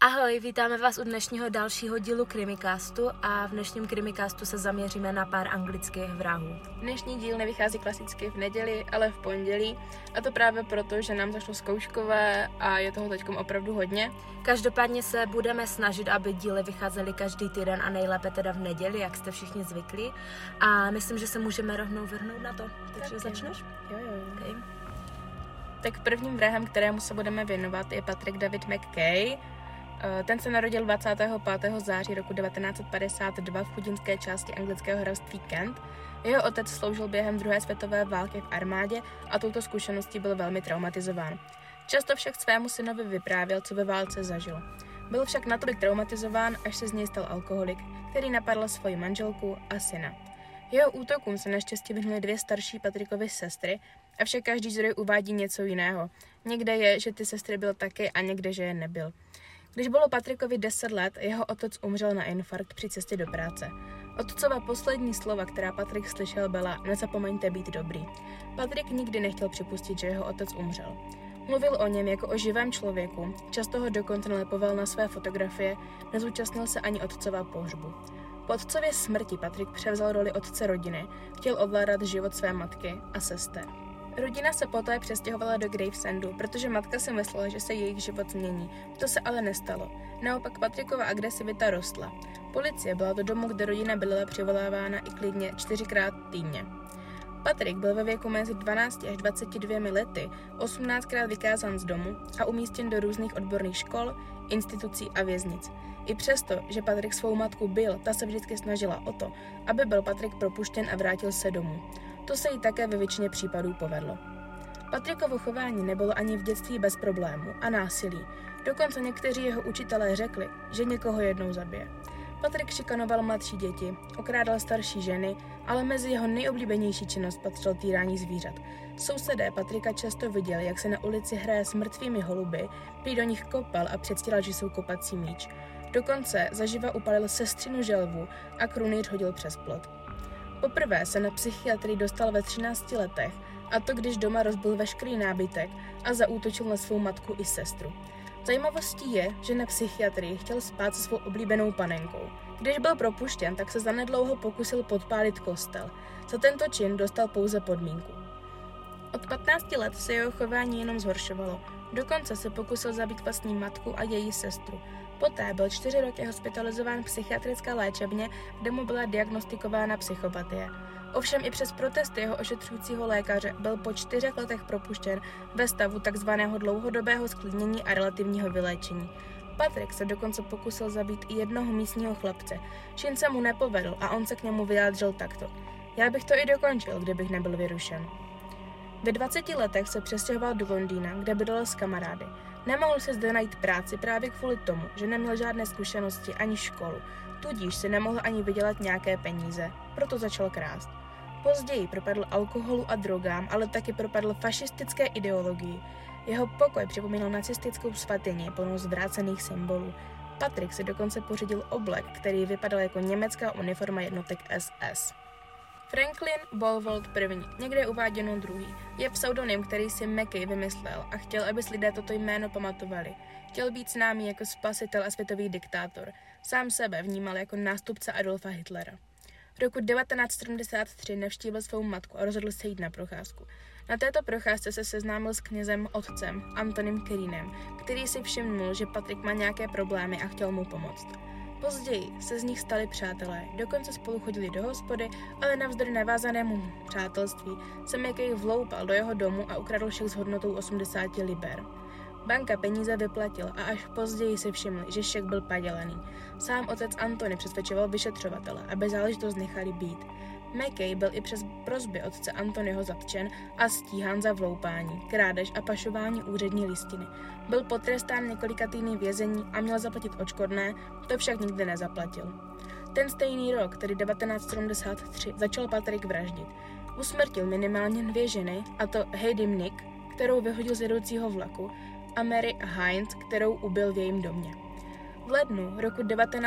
Ahoj, vítáme vás u dnešního dalšího dílu Krimicastu a v dnešním Krimicastu se zaměříme na pár anglických vrahů. Dnešní díl nevychází klasicky v neděli, ale v pondělí, a to právě proto, že nám zašlo zkouškové a je toho teďkom opravdu hodně. Každopádně se budeme snažit, aby díly vycházely každý týden a nejlépe teda v neděli, jak jste všichni zvyklí. A myslím, že se můžeme rovnou vrhnout na to. Takže začneš? Jo. Okay. Tak prvním vrahem, kterému se budeme věnovat, je Patrick David McKay. Ten se narodil 25. září roku 1952 v chudinské části anglického hrabství Kent. Jeho otec sloužil během druhé světové války v armádě a touto zkušeností byl velmi traumatizován. Často však svému synovi vyprávěl, co ve válce zažil. Byl však natolik traumatizován, až se z něj stal alkoholik, který napadl svoji manželku a syna. Jeho útokům se naštěstí vyhnuly dvě starší Patrickovy sestry, avšak každý zdroj uvádí něco jiného. Někde je, že ty sestry byl taky a někde, že je nebyl. Když bylo Patrickovi 10 let, jeho otec umřel na infarkt při cestě do práce. Otcova poslední slova, která Patrick slyšel, byla: nezapomeňte být dobrý. Patrick nikdy nechtěl připustit, že jeho otec umřel. Mluvil o něm jako o živém člověku, často ho dokonce nalepoval na své fotografie, nezúčastnil se ani otcova pohřbu. Po otcově smrti Patrick převzal roli otce rodiny, chtěl ovládat život své matky a sester. Rodina se poté přestěhovala do Gravesandu, protože matka si myslela, že se jejich život změní. To se ale nestalo. Naopak Patrickova agresivita rostla. Policie byla do domu, kde rodina bydlela, přivolávána i klidně 4krát týdně. Patrick byl ve věku mezi 12 až 22 lety 18krát vykázán z domu a umístěn do různých odborných škol, institucí a věznic. I přesto, že Patrick svou matku bil, ta se vždycky snažila o to, aby byl Patrick propuštěn a vrátil se domů. To se jí také ve většině případů povedlo. Patrickovo chování nebylo ani v dětství bez problémů a násilí. Dokonce někteří jeho učitelé řekli, že někoho jednou zabije. Patrick šikanoval mladší děti, okrádal starší ženy, ale mezi jeho nejoblíbenější činnost patřilo týrání zvířat. Sousedé Patricka často viděli, jak se na ulici hraje s mrtvými holuby, prý do nich kopal a předstíral, že jsou kopací míč. Dokonce zaživa upalil sestřinu želvu a krunýř hodil přes plot. Poprvé se na psychiatrii dostal ve 13 letech, a to když doma rozbil veškerý nábytek a zaútočil na svou matku i sestru. Zajímavostí je, že na psychiatrii chtěl spát se svou oblíbenou panenkou. Když byl propuštěn, tak se zanedlouho pokusil podpálit kostel. Za tento čin dostal pouze podmínku. Od 15 let se jeho chování jenom zhoršovalo. Dokonce se pokusil zabít vlastní matku a její sestru. Poté byl 4 roky hospitalizován v psychiatrické léčebně, kde mu byla diagnostikována psychopatie. Ovšem i přes protesty jeho ošetřujícího lékaře byl po 4 letech propuštěn ve stavu takzvaného dlouhodobého sklidnění a relativního vyléčení. Patrick se dokonce pokusil zabít i jednoho místního chlapce. Čin se mu nepovedl a on se k němu vyjádřil takto: já bych to i dokončil, kdybych nebyl vyrušen. Ve 20 letech se přestěhoval do Londýna, kde bydlel s kamarády. Nemohl se zde najít práci právě kvůli tomu, že neměl žádné zkušenosti ani školu, tudíž si nemohl ani vydělat nějaké peníze, proto začal krást. Později propadl alkoholu a drogám, ale taky propadl fašistické ideologii. Jeho pokoj připomínal nacistickou svatyni plnou zvrácených symbolů. Patrick si dokonce pořídil oblek, který vypadal jako německá uniforma jednotek SS. Franklin Boulevard I, někde je uváděno druhý, je pseudonym, který si McKay vymyslel a chtěl, aby si lidé toto jméno pamatovali. Chtěl být známý jako spasitel a světový diktátor. Sám sebe vnímal jako nástupce Adolfa Hitlera. V roku 1973 navštívil svou matku a rozhodl se jít na procházku. Na této procházce se seznámil s knězem otcem Antonym Kerinem, který si všimnul, že Patrick má nějaké problémy a chtěl mu pomoct. Později se z nich stali přátelé, dokonce spolu chodili do hospody, ale navzdory navázanému přátelství se McKay vloupal do jeho domu a ukradl šek s hodnotou 80 liber. Banka peníze vyplatila a až později si všimli, že šek byl padělaný. Sám otec Antony přesvědčoval vyšetřovatele, aby záležitost nechali být. McKay byl i přes prosby otce Antonyho zatčen a stíhán za vloupání, krádež a pašování úřední listiny. Byl potrestán několika týdny vězení a měl zaplatit odškodné, to však nikdy nezaplatil. Ten stejný rok, tedy 1973, začal Patrick vraždit. Usmrtil minimálně 2 ženy, a to Heidi Nick, kterou vyhodil z jedoucího vlaku, a Mary Hines, kterou ubil v jejím domě. V lednu roku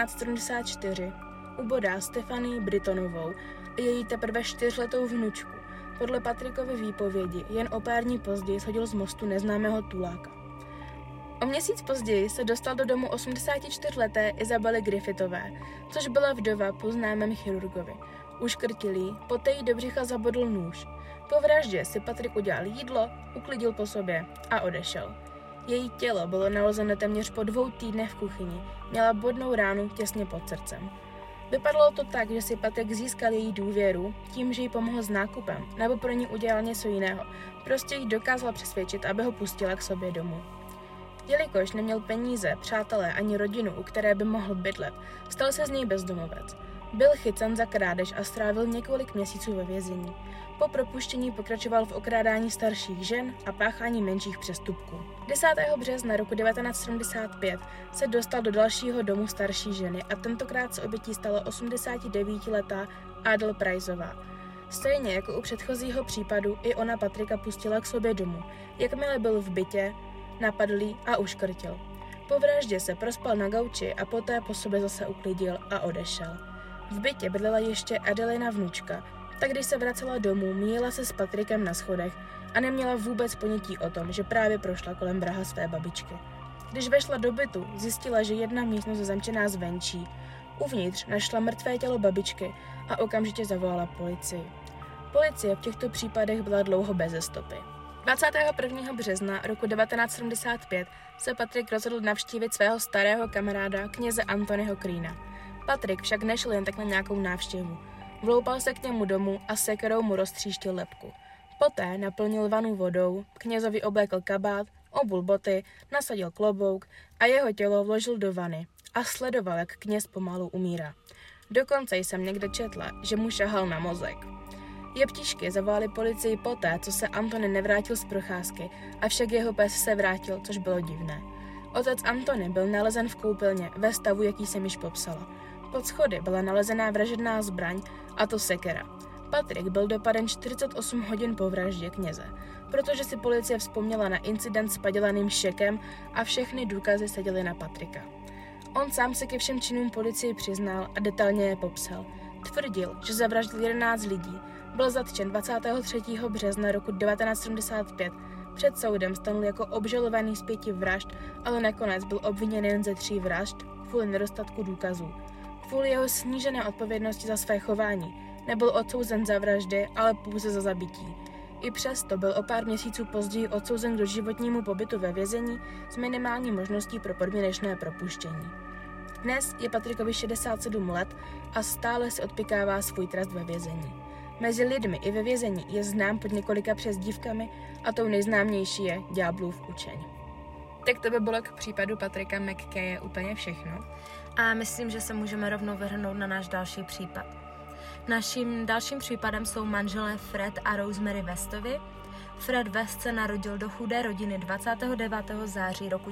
1974 ubodá Stephanie Britonovou a její teprve 4letou vnučku. Podle Patrickovy výpovědi jen o pár dní později shodil z mostu neznámého tuláka. O měsíc později se dostal do domu 84leté Isabely Griffithové, což byla vdova po známém chirurgovi. Uškrtil jí, poté jí do břicha zabodl nůž. Po vraždě si Patrick udělal jídlo, uklidil po sobě a odešel. Její tělo bylo nalezeno téměř po 2 týdnech v kuchyni, měla bodnou ránu těsně pod srdcem. Vypadalo to tak, že si Patrick získal její důvěru tím, že jí pomohl s nákupem, nebo pro ní udělal něco jiného. Prostě jí dokázal přesvědčit, aby ho pustila k sobě domů. Jelikož neměl peníze, přátelé ani rodinu, u které by mohl bydlet, stal se z něj bezdomovec. Byl chycen za krádež a strávil několik měsíců ve vězení. Po propuštění pokračoval v okrádání starších žen a páchání menších přestupků. 10. března roku 1975 se dostal do dalšího domu starší ženy a tentokrát se obětí stala 89letá Adele Priceová. Stejně jako u předchozího případu i ona Patricka pustila k sobě domů. Jakmile byl v bytě, napadl jí a uškrtil. Po vraždě se prospal na gauči a poté po sobě zase uklidil a odešel. V bytě bydlela ještě Adelina vnučka, tak když se vracela domů, míjela se s Patrickem na schodech a neměla vůbec ponětí o tom, že právě prošla kolem vraha své babičky. Když vešla do bytu, zjistila, že jedna místnost je zamčená zvenčí. Uvnitř našla mrtvé tělo babičky a okamžitě zavolala policii. Policie v těchto případech byla dlouho beze stopy. 21. března roku 1975 se Patrick rozhodl navštívit svého starého kamaráda, kněze Anthonyho Creena. Patrick však nešel jen tak na nějakou návštěvu. Vloupal se k němu domů a sekerou mu roztříštil lebku. Poté naplnil vanu vodou, knězovi oblékl kabát, obul boty, nasadil klobouk a jeho tělo vložil do vany a sledoval, jak kněz pomalu umírá. Dokonce jsem někde četla, že mu šahal na mozek. Jeptišky zavolali policii poté, co se Antony nevrátil z procházky, avšak jeho pes se vrátil, což bylo divné. Otec Antony byl nalezen v koupelně ve stavu, jaký jsem již popsala. Pod schody byla nalezená vražedná zbraň, a to sekera. Patrick byl dopaden 48 hodin po vraždě kněze, protože si policie vzpomněla na incident s padělaným šekem a všechny důkazy seděly na Patricka. On sám se ke všem činům policii přiznal a detailně je popsal. Tvrdil, že zavraždil 11 lidí, byl zatčen 23. března roku 1975. Před soudem stanul jako obžalovaný z 5 vražd, ale nakonec byl obviněn jen ze 3 vražd kvůli nedostatku důkazů. Kvůli jeho snížené odpovědnosti za své chování nebyl odsouzen za vraždy, ale pouze za zabití. I přesto byl o pár měsíců později odsouzen k doživotnímu pobytu ve vězení s minimální možností pro podmínečné propuštění. Dnes je Patrickovi 67 let a stále si odpykává svůj trest ve vězení. Mezi lidmi i ve vězení je znám pod několika přezdívkami a tou nejznámější je Ďáblův učeň. Tak to by bylo k případu Patricka McKaye úplně všechno. A myslím, že se můžeme rovnou vrhnout na náš další případ. Naším dalším případem jsou manželé Fred a Rosemary Westovi. Fred West se narodil do chudé rodiny 29. září roku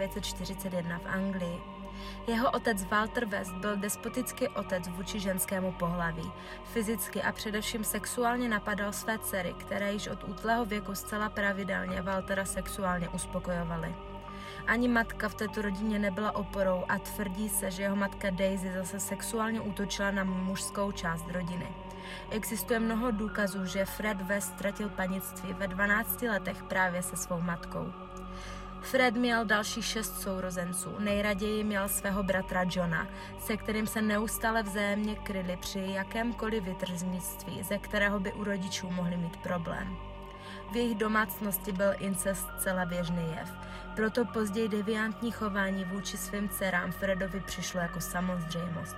1941 v Anglii. Jeho otec Walter West byl despotický otec vůči ženskému pohlaví. Fyzicky a především sexuálně napadal své dcery, které již od útlého věku zcela pravidelně Waltera sexuálně uspokojovaly. Ani matka v této rodině nebyla oporou a tvrdí se, že jeho matka Daisy zase sexuálně útočila na mužskou část rodiny. Existuje mnoho důkazů, že Fred West ztratil panictví ve 12 letech právě se svou matkou. Fred měl dalších 6 sourozenců, nejraději měl svého bratra Johna, se kterým se neustále vzájemně kryli při jakémkoliv vytržnictví, ze kterého by u rodičů mohli mít problém. V jejich domácnosti byl incest zcela běžný jev, proto později deviantní chování vůči svým dcerám Fredovi přišlo jako samozřejmost.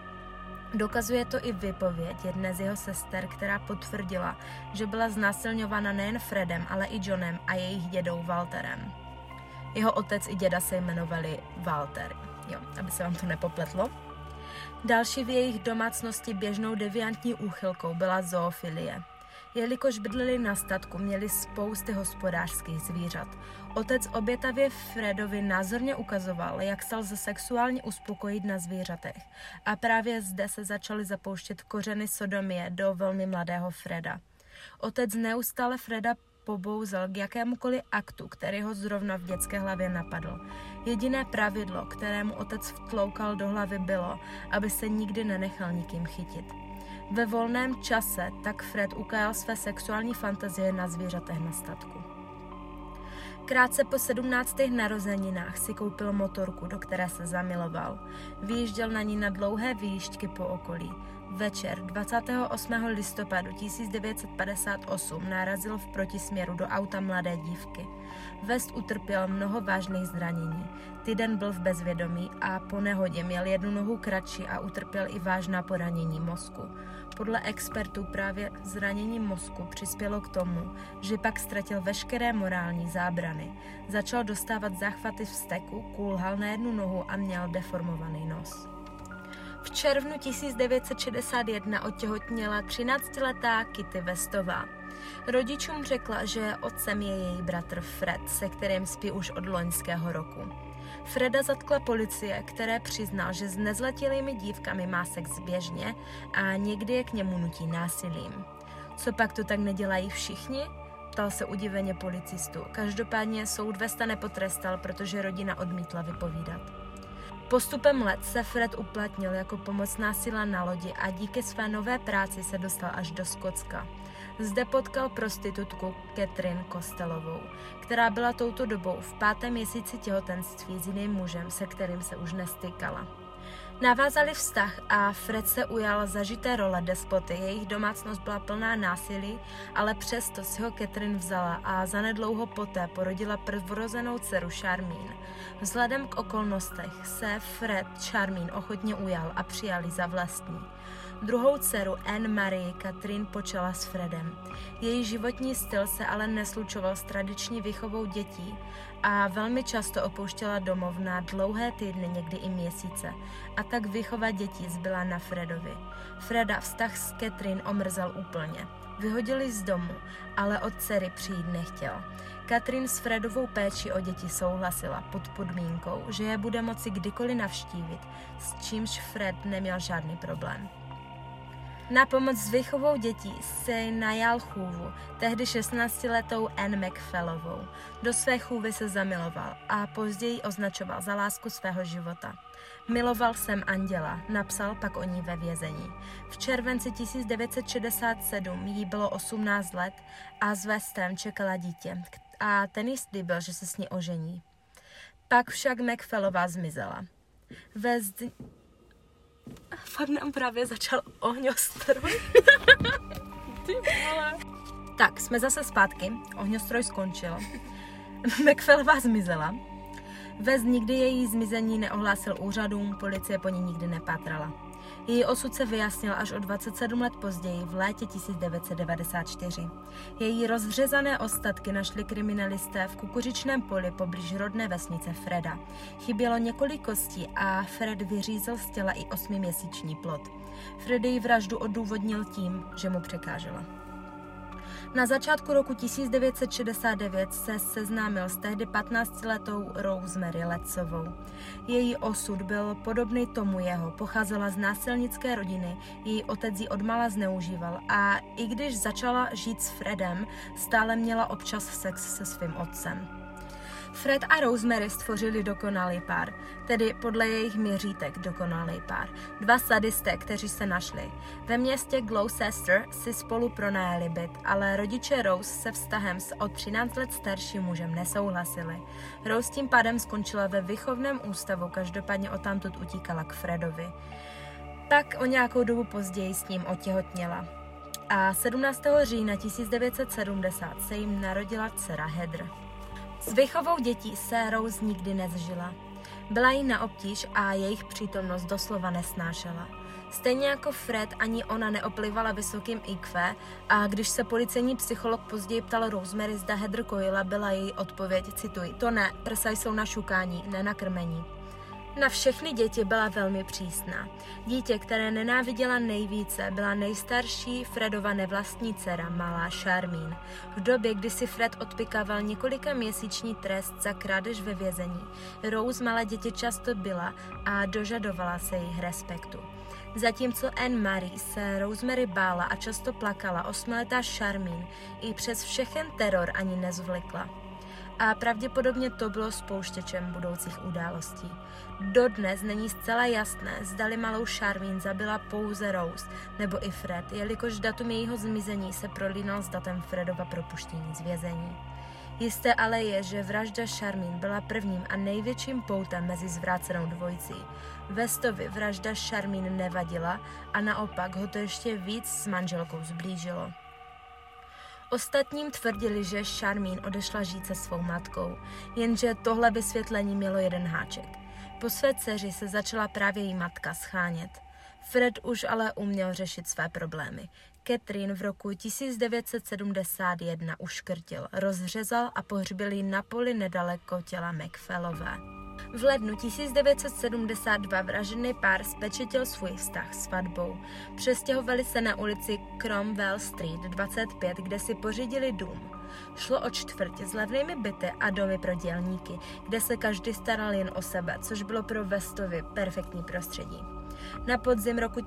Dokazuje to i výpověď jedné z jeho sester, která potvrdila, že byla znásilňována nejen Fredem, ale i Johnem a jejich dědou Walterem. Jeho otec i děda se jmenovali Walter, aby se vám to nepopletlo. Další v jejich domácnosti běžnou deviantní úchylkou byla zoofilie. Jelikož bydleli na statku, měli spousty hospodářských zvířat. Otec obětavě Fredovi názorně ukazoval, jak se lze sexuálně uspokojit na zvířatech. A právě zde se začaly zapouštět kořeny sodomie do velmi mladého Freda. Otec neustále Freda pobouzel k jakémukoliv aktu, který ho zrovna v dětské hlavě napadl. Jediné pravidlo, kterému otec vtloukal do hlavy, bylo, aby se nikdy nenechal nikým chytit. Ve volném čase tak Fred ukájal své sexuální fantazie na zvířatech na statku. Krátce po 17. narozeninách si koupil motorku, do které se zamiloval. Vyjížděl na ní na dlouhé výjížďky po okolí. Večer 28. listopadu 1958 narazil v protisměru do auta mladé dívky. West utrpěl mnoho vážných zranění. Týden byl v bezvědomí a po nehodě měl jednu nohu kratší a utrpěl i vážná poranění mozku. Podle expertů právě zranění mozku přispělo k tomu, že pak ztratil veškeré morální zábrany. Začal dostávat záchvaty vzteku, kulhal na jednu nohu a měl deformovaný nos. V červnu 1961 otěhotněla 13letá Kitty Westová. Rodičům řekla, že otcem je její bratr Fred, se kterým spí už od loňského roku. Freda zatkla policie, které přiznal, že s nezletilými dívkami má sex běžně a někdy je k němu nutí násilím. Co pak to tak nedělají všichni? Ptal se udiveně policistů. Každopádně soud Westa nepotrestal, protože rodina odmítla vypovídat. Postupem let se Fred uplatnil jako pomocná síla na lodi a díky své nové práci se dostal až do Skotska. Zde potkal prostitutku Catherine Costellovou, která byla touto dobou v 5. měsíci těhotenství s jiným mužem, se kterým se už nestykala. Navázali vztah a Fred se ujal zažité role despoty. Jejich domácnost byla plná násilí, ale přesto si ho Catherine vzala a zanedlouho poté porodila prvorozenou dceru Charmaine. Vzhledem k okolnostech se Fred Charmaine ochotně ujal a přijali za vlastní. Druhou dceru Anne Marie Catherine počala s Fredem. Její životní styl se ale neslučoval s tradiční výchovou dětí a velmi často opouštěla domov na dlouhé týdny, někdy i měsíce. A tak výchova dětí zbyla na Fredovi. Freda vztah s Catherine omrzal úplně. Vyhodili z domu, ale od dcery přijít nechtěl. Catherine s Fredovou péčí o děti souhlasila pod podmínkou, že je bude moci kdykoliv navštívit, s čímž Fred neměl žádný problém. Na pomoc s výchovou dětí si najal chůvu, tehdy 16letou Anne McFallovou. Do své chůvy se zamiloval a později označoval za lásku svého života. Miloval jsem anděla, napsal pak o ní ve vězení. V červenci 1967 jí bylo 18 let a s Westem čekala dítě a ten jí slíbil, že se s ní ožení. Pak však McFallová zmizela. West... Fakt nám právě začal ohňostroj. Ty vole. Tak, jsme zase zpátky. Ohňostroj skončil. McFallová zmizela. West nikdy její zmizení neohlásil úřadům, policie po ní nikdy nepátrala. Její osud se vyjasnil až o 27 let později, v létě 1994. Její rozřezané ostatky našli kriminalisté v kukuřičném poli poblíž rodné vesnice Freda. Chybělo několik kostí a Fred vyřízl z těla i 8měsíční plod. Fred její vraždu odůvodnil tím, že mu překážela. Na začátku roku 1969 se seznámil s tehdy 15letou Rosemary Lettsovou. Její osud byl podobný tomu jeho, pocházela z násilnické rodiny, její otec ji odmala zneužíval a i když začala žít s Fredem, stále měla občas sex se svým otcem. Fred a Rosemary stvořili dokonalý pár, tedy podle jejich měřítek dokonalý pár. Dva sadisté, kteří se našli. Ve městě Gloucester si spolu pronajali byt, ale rodiče Rose se vztahem s o 13 let starším mužem nesouhlasili. Rose tím pádem skončila ve výchovném ústavu, každopádně odtamtud utíkala k Fredovi. Tak o nějakou dobu později s ním otěhotněla. A 17. října 1970 se jim narodila dcera Heather. S výchovou dětí se Rose nikdy nezžila. Byla jí na obtíž a jejich přítomnost doslova nesnášela. Stejně jako Fred, ani ona neoplivala vysokým IQ a když se policejní psycholog později ptal Rosemary, zda Heather kojila, byla její odpověď, cituji, to ne, prsa jsou na šukání, ne na krmení. Na všechny děti byla velmi přísná. Dítě, které nenáviděla nejvíce, byla nejstarší Fredova nevlastní dcera, malá Charmaine. V době, kdy si Fred odpykával několika měsíční trest za krádež ve vězení, Rose malé děti často byla a dožadovala se jejich respektu. Zatímco Anne Marie se Rosemary bála a často plakala, 8letá Charmaine i přes všechen teror ani nezvlekla. A pravděpodobně to bylo spouštěčem budoucích událostí. Dodnes není zcela jasné, zdali malou Charmaine zabila pouze Rose nebo i Fred, jelikož datum jejího zmizení se prolínal s datem Fredova propuštění z vězení. Jisté ale je, že vražda Charmaine byla prvním a největším poutem mezi zvrácenou dvojicí. Westovi vražda Charmaine nevadila a naopak ho to ještě víc s manželkou zblížilo. Ostatním tvrdili, že Charmaine odešla žít se svou matkou, jenže tohle vysvětlení mělo jeden háček. Po své dceři se začala právě její matka schánět. Fred už ale uměl řešit své problémy. Catherine v roku 1971 uškrtil, rozřezal a pohřbil ji na poli nedaleko těla McPhailové. V lednu 1972 vražený pár spečetil svůj vztah svatbou. Přestěhovali se na ulici Cromwell Street 25, kde si pořídili dům. Šlo o čtvrť s levnými byty a domy pro dělníky, kde se každý staral jen o sebe, což bylo pro Westovi perfektní prostředí. Na podzim roku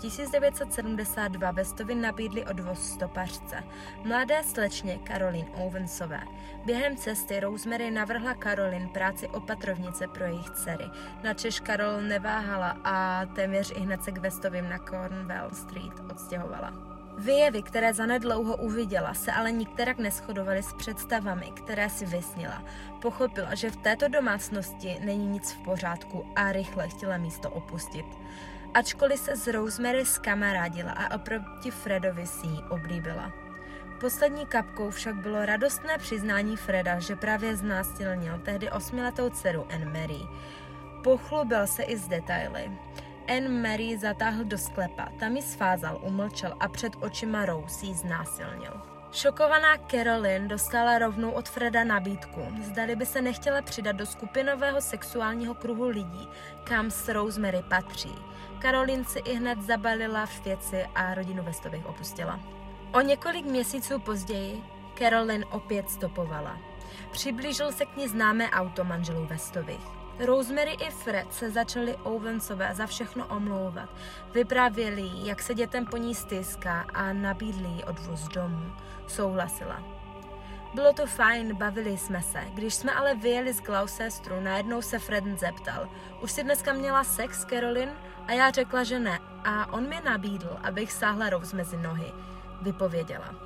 1972 Westovi nabídli odvoz stopařce, mladé slečně Caroline Owensové. Během cesty Rosemary navrhla Caroline práci opatrovnice pro jejich dcery, načež Carol neváhala a téměř ihned se k Westovým na Cornwall Street odstěhovala. Výjevy, které zanedlouho uviděla, se ale nikterak neshodovaly s představami, které si vysnila. Pochopila, že v této domácnosti není nic v pořádku a rychle chtěla místo opustit. Ačkoliv se s Rosemary zkamarádila a oproti Fredovi si ji oblíbila. Poslední kapkou však bylo radostné přiznání Freda, že právě znásilnil tehdy 8letou dceru Anne Mary. Pochlubil se i s detaily. Anne Mary zatáhl do sklepa, tam ji svázal, umlčel a před očima Rose ji znásilnil. Šokovaná Caroline dostala rovnou od Freda nabídku, zdali by se nechtěla přidat do skupinového sexuálního kruhu lidí, kam s Rosemary patří. Caroline si ihned zabalila v věci a rodinu Westových opustila. O několik měsíců později Caroline opět stopovala. Přiblížil se k ní známé auto manželů Westových. Rosemary i Fred se začali Owensové za všechno omlouvat. Vyprávěli jí, jak se dětem po ní stýská a nabídli jí odvoz domů. Souhlasila. Bylo to fajn, bavili jsme se. Když jsme ale vyjeli z Gloucesteru, najednou se Fred zeptal: už jsi dneska měla sex, Caroline? A já řekla, že ne. A on mi nabídl, abych sáhla Rose mezi nohy. Vypověděla.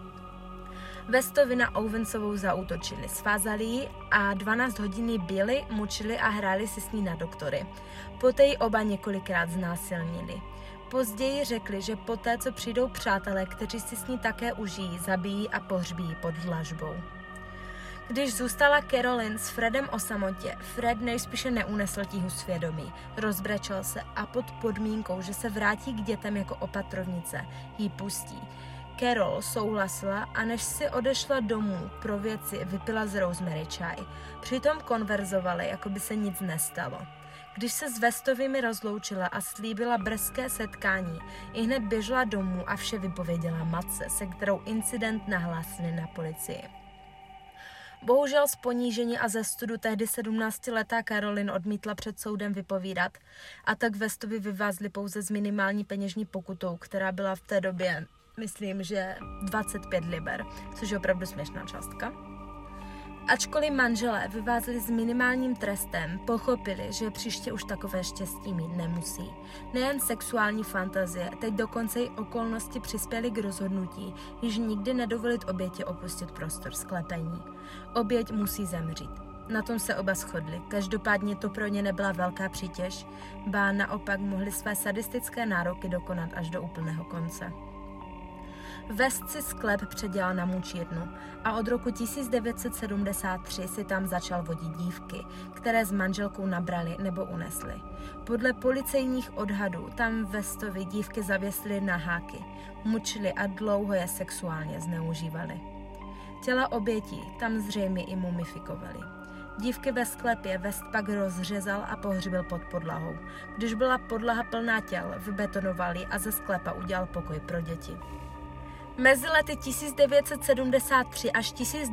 Westovi na Owensovou zaútočili, svázali ji a 12 hodin ji bili, mučili a hráli si s ní na doktory. Poté ji oba několikrát znásilnili. Později řekli, že poté, co přijdou přátelé, kteří si s ní také užijí, zabijí a pohřbí pod dlažbou. Když zůstala Caroline s Fredem o samotě, Fred nejspíše neunesl tíhu svědomí, rozbrečel se a pod podmínkou, že se vrátí k dětem jako opatrovnice, ji pustí. Carol souhlasila a než si odešla domů pro věci, vypila z Rosemary čaj. Přitom konverzovali, jako by se nic nestalo. Když se s Westovými rozloučila a slíbila brzké setkání, ihned běžela domů a vše vypověděla matce, se kterou incident nahlásili na policii. Bohužel z ponížení a ze studu tehdy 17letá Caroline odmítla před soudem vypovídat a tak Westovi vyvázli pouze s minimální peněžní pokutou, která byla v té době, myslím, že 25 liber, což je opravdu směšná částka. Ačkoliv manželé vyvázli s minimálním trestem, pochopili, že příště už takové štěstí mít nemusí. Nejen sexuální fantazie, teď dokonce i okolnosti přispěly k rozhodnutí, již nikdy nedovolit oběti opustit prostor sklepení. Oběť musí zemřít. Na tom se oba shodli, každopádně to pro ně nebyla velká přítěž, ba naopak mohli své sadistické nároky dokonat až do úplného konce. West si sklep předělal na mučírnu a od roku 1973 si tam začal vodit dívky, které s manželkou nabrali nebo unesli. Podle policejních odhadů tam Westovi dívky zavěsili na háky, mučili a dlouho je sexuálně zneužívali. Těla obětí tam zřejmě i mumifikovali. Dívky ve sklepě West pak rozřezal a pohřbil pod podlahou. Když byla podlaha plná těl, vybetonovali a ze sklepa udělal pokoj pro děti. Mezi lety 1973 až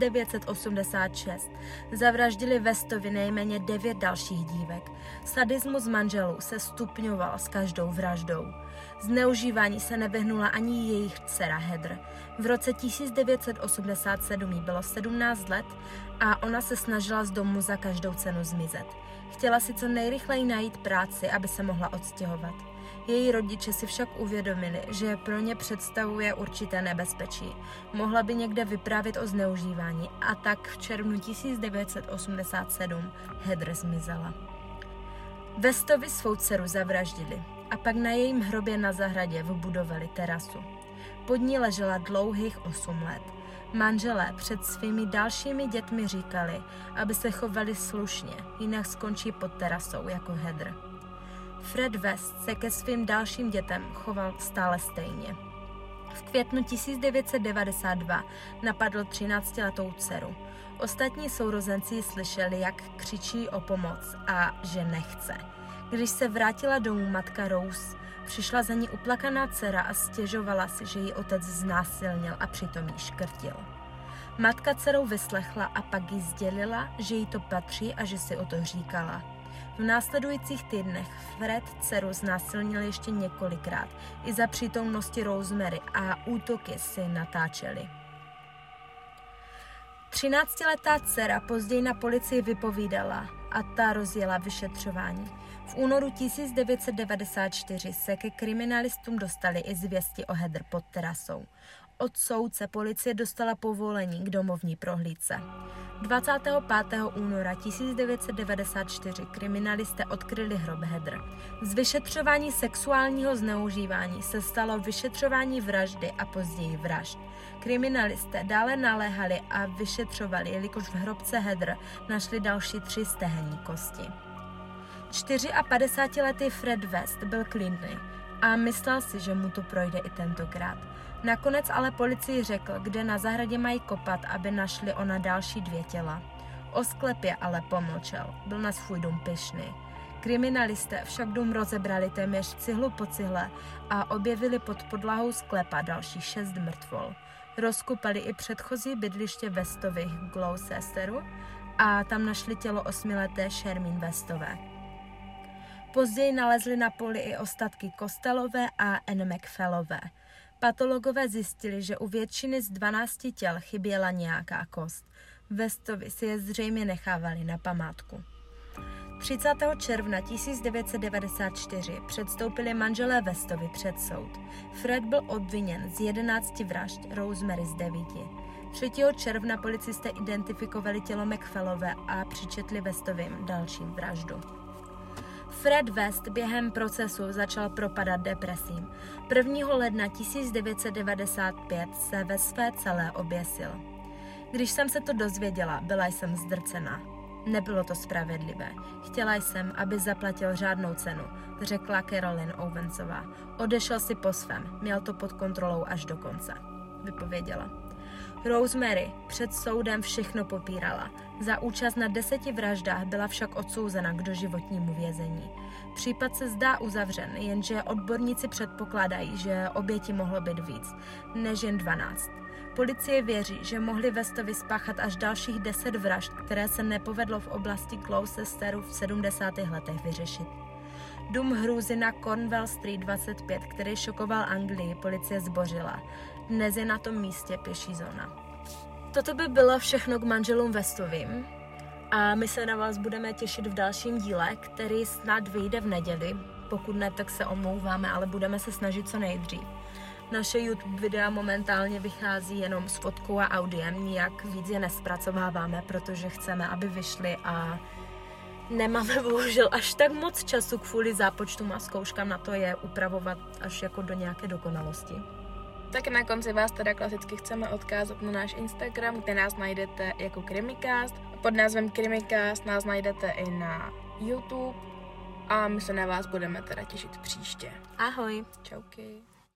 1986 zavraždili Westovi nejméně 9 dalších dívek. Sadismus manželů se stupňoval s každou vraždou. Zneužívání se nevyhnula ani jejich dcera Heather. V roce 1987 jí bylo 17 let a ona se snažila z domu za každou cenu zmizet. Chtěla si co nejrychleji najít práci, aby se mohla odstěhovat. Její rodiče si však uvědomili, že pro ně představuje určité nebezpečí. Mohla by někde vyprávět o zneužívání a tak v červnu 1987 Heather zmizela. Westovi svou dceru zavraždili a pak na jejím hrobě na zahradě vybudovali terasu. Pod ní ležela dlouhých 8 let. Manželé před svými dalšími dětmi říkali, aby se chovali slušně, jinak skončí pod terasou jako Heather. Fred West se ke svým dalším dětem choval stále stejně. V květnu 1992 napadl 13letou dceru. Ostatní sourozenci slyšeli, jak křičí o pomoc a že nechce. Když se vrátila domů matka Rose, přišla za ní uplakaná dcera a stěžovala si, že ji otec znásilnil a přitom jí škrtil. Matka dcerou vyslechla a pak jí sdělila, že jí to patří a že si o to říkala. V následujících týdnech Fred dceru znásilnil ještě několikrát, i za přítomnosti Rosemary a útoky si natáčeli. 13letá dcera později na policii vypovídala a ta rozjela vyšetřování. V únoru 1994 se ke kriminalistům dostali i zvěsti o Heather pod terasou. Od soudce policie dostala povolení k domovní prohlídce. 25. února 1994 kriminalisté odkryli hrob Heather. Z vyšetřování sexuálního zneužívání se stalo vyšetřování vraždy a později vražd. Kriminalisté dále naléhali a vyšetřovali, jelikož v hrobce Heather našli další 3 stehenní kosti. 54letý Fred West byl klidný a myslel si, že mu to projde i tentokrát. Nakonec ale policii řekl, kde na zahradě mají kopat, aby našli ona další 2 těla. O sklepě ale pomlčel, byl na svůj dům pyšný. Kriminalisté však dům rozebrali téměř cihlu po cihle a objevili pod podlahou sklepa další 6 mrtvol. Rozkopali i předchozí bydliště Westových v Gloucesteru a tam našli tělo 8leté Shermin Westové. Později nalezli na poli i ostatky Costellové a Anne McFallové. Patologové zjistili, že u většiny z 12 těl chyběla nějaká kost. Westovi si je zřejmě nechávali na památku. 30. června 1994 předstoupili manželé Westovi před soud. Fred byl obviněn z 11 vražd, Rosemary z 9. 3. června policisté identifikovali tělo McFallové a přičetli Westovým dalším vraždu. Fred West během procesu začal propadat depresím. 1. ledna 1995 se ve své celé oběsil. Když jsem se to dozvěděla, byla jsem zdrcená. Nebylo to spravedlivé. Chtěla jsem, aby zaplatil řádnou cenu, řekla Carolyn Owensová. Odešel si po svém, měl to pod kontrolou až do konce, vypověděla. Rosemary před soudem všechno popírala. Za účast na 10 vraždách byla však odsouzena k doživotnímu vězení. Případ se zdá uzavřen, jenže odborníci předpokládají, že oběti mohlo být víc, než jen 12. Policie věří, že mohli Westovi spáchat až dalších 10 vražd, které se nepovedlo v oblasti Gloucesteru v 70. letech vyřešit. Dům hrůzy na Cornwall Street 25, který šokoval Anglii, policie zbořila. Dnes je na tom místě pěší zóna. Toto by bylo všechno k manželům Westovým a my se na vás budeme těšit v dalším díle, který snad vyjde v neděli. Pokud ne, tak se omlouváme, ale budeme se snažit co nejdřív. Naše YouTube videa momentálně vychází jenom s fotkou a audiem, nijak víc je nespracováváme, protože chceme, aby vyšly a nemáme bohužel až tak moc času kvůli zápočtům a zkouškám na to je upravovat až jako do nějaké dokonalosti. Tak na konci vás teda klasicky chceme odkázat na náš Instagram, kde nás najdete jako Krimikast. Pod názvem Krimikast nás najdete i na YouTube a my se na vás budeme teda těšit příště. Ahoj. Čauky.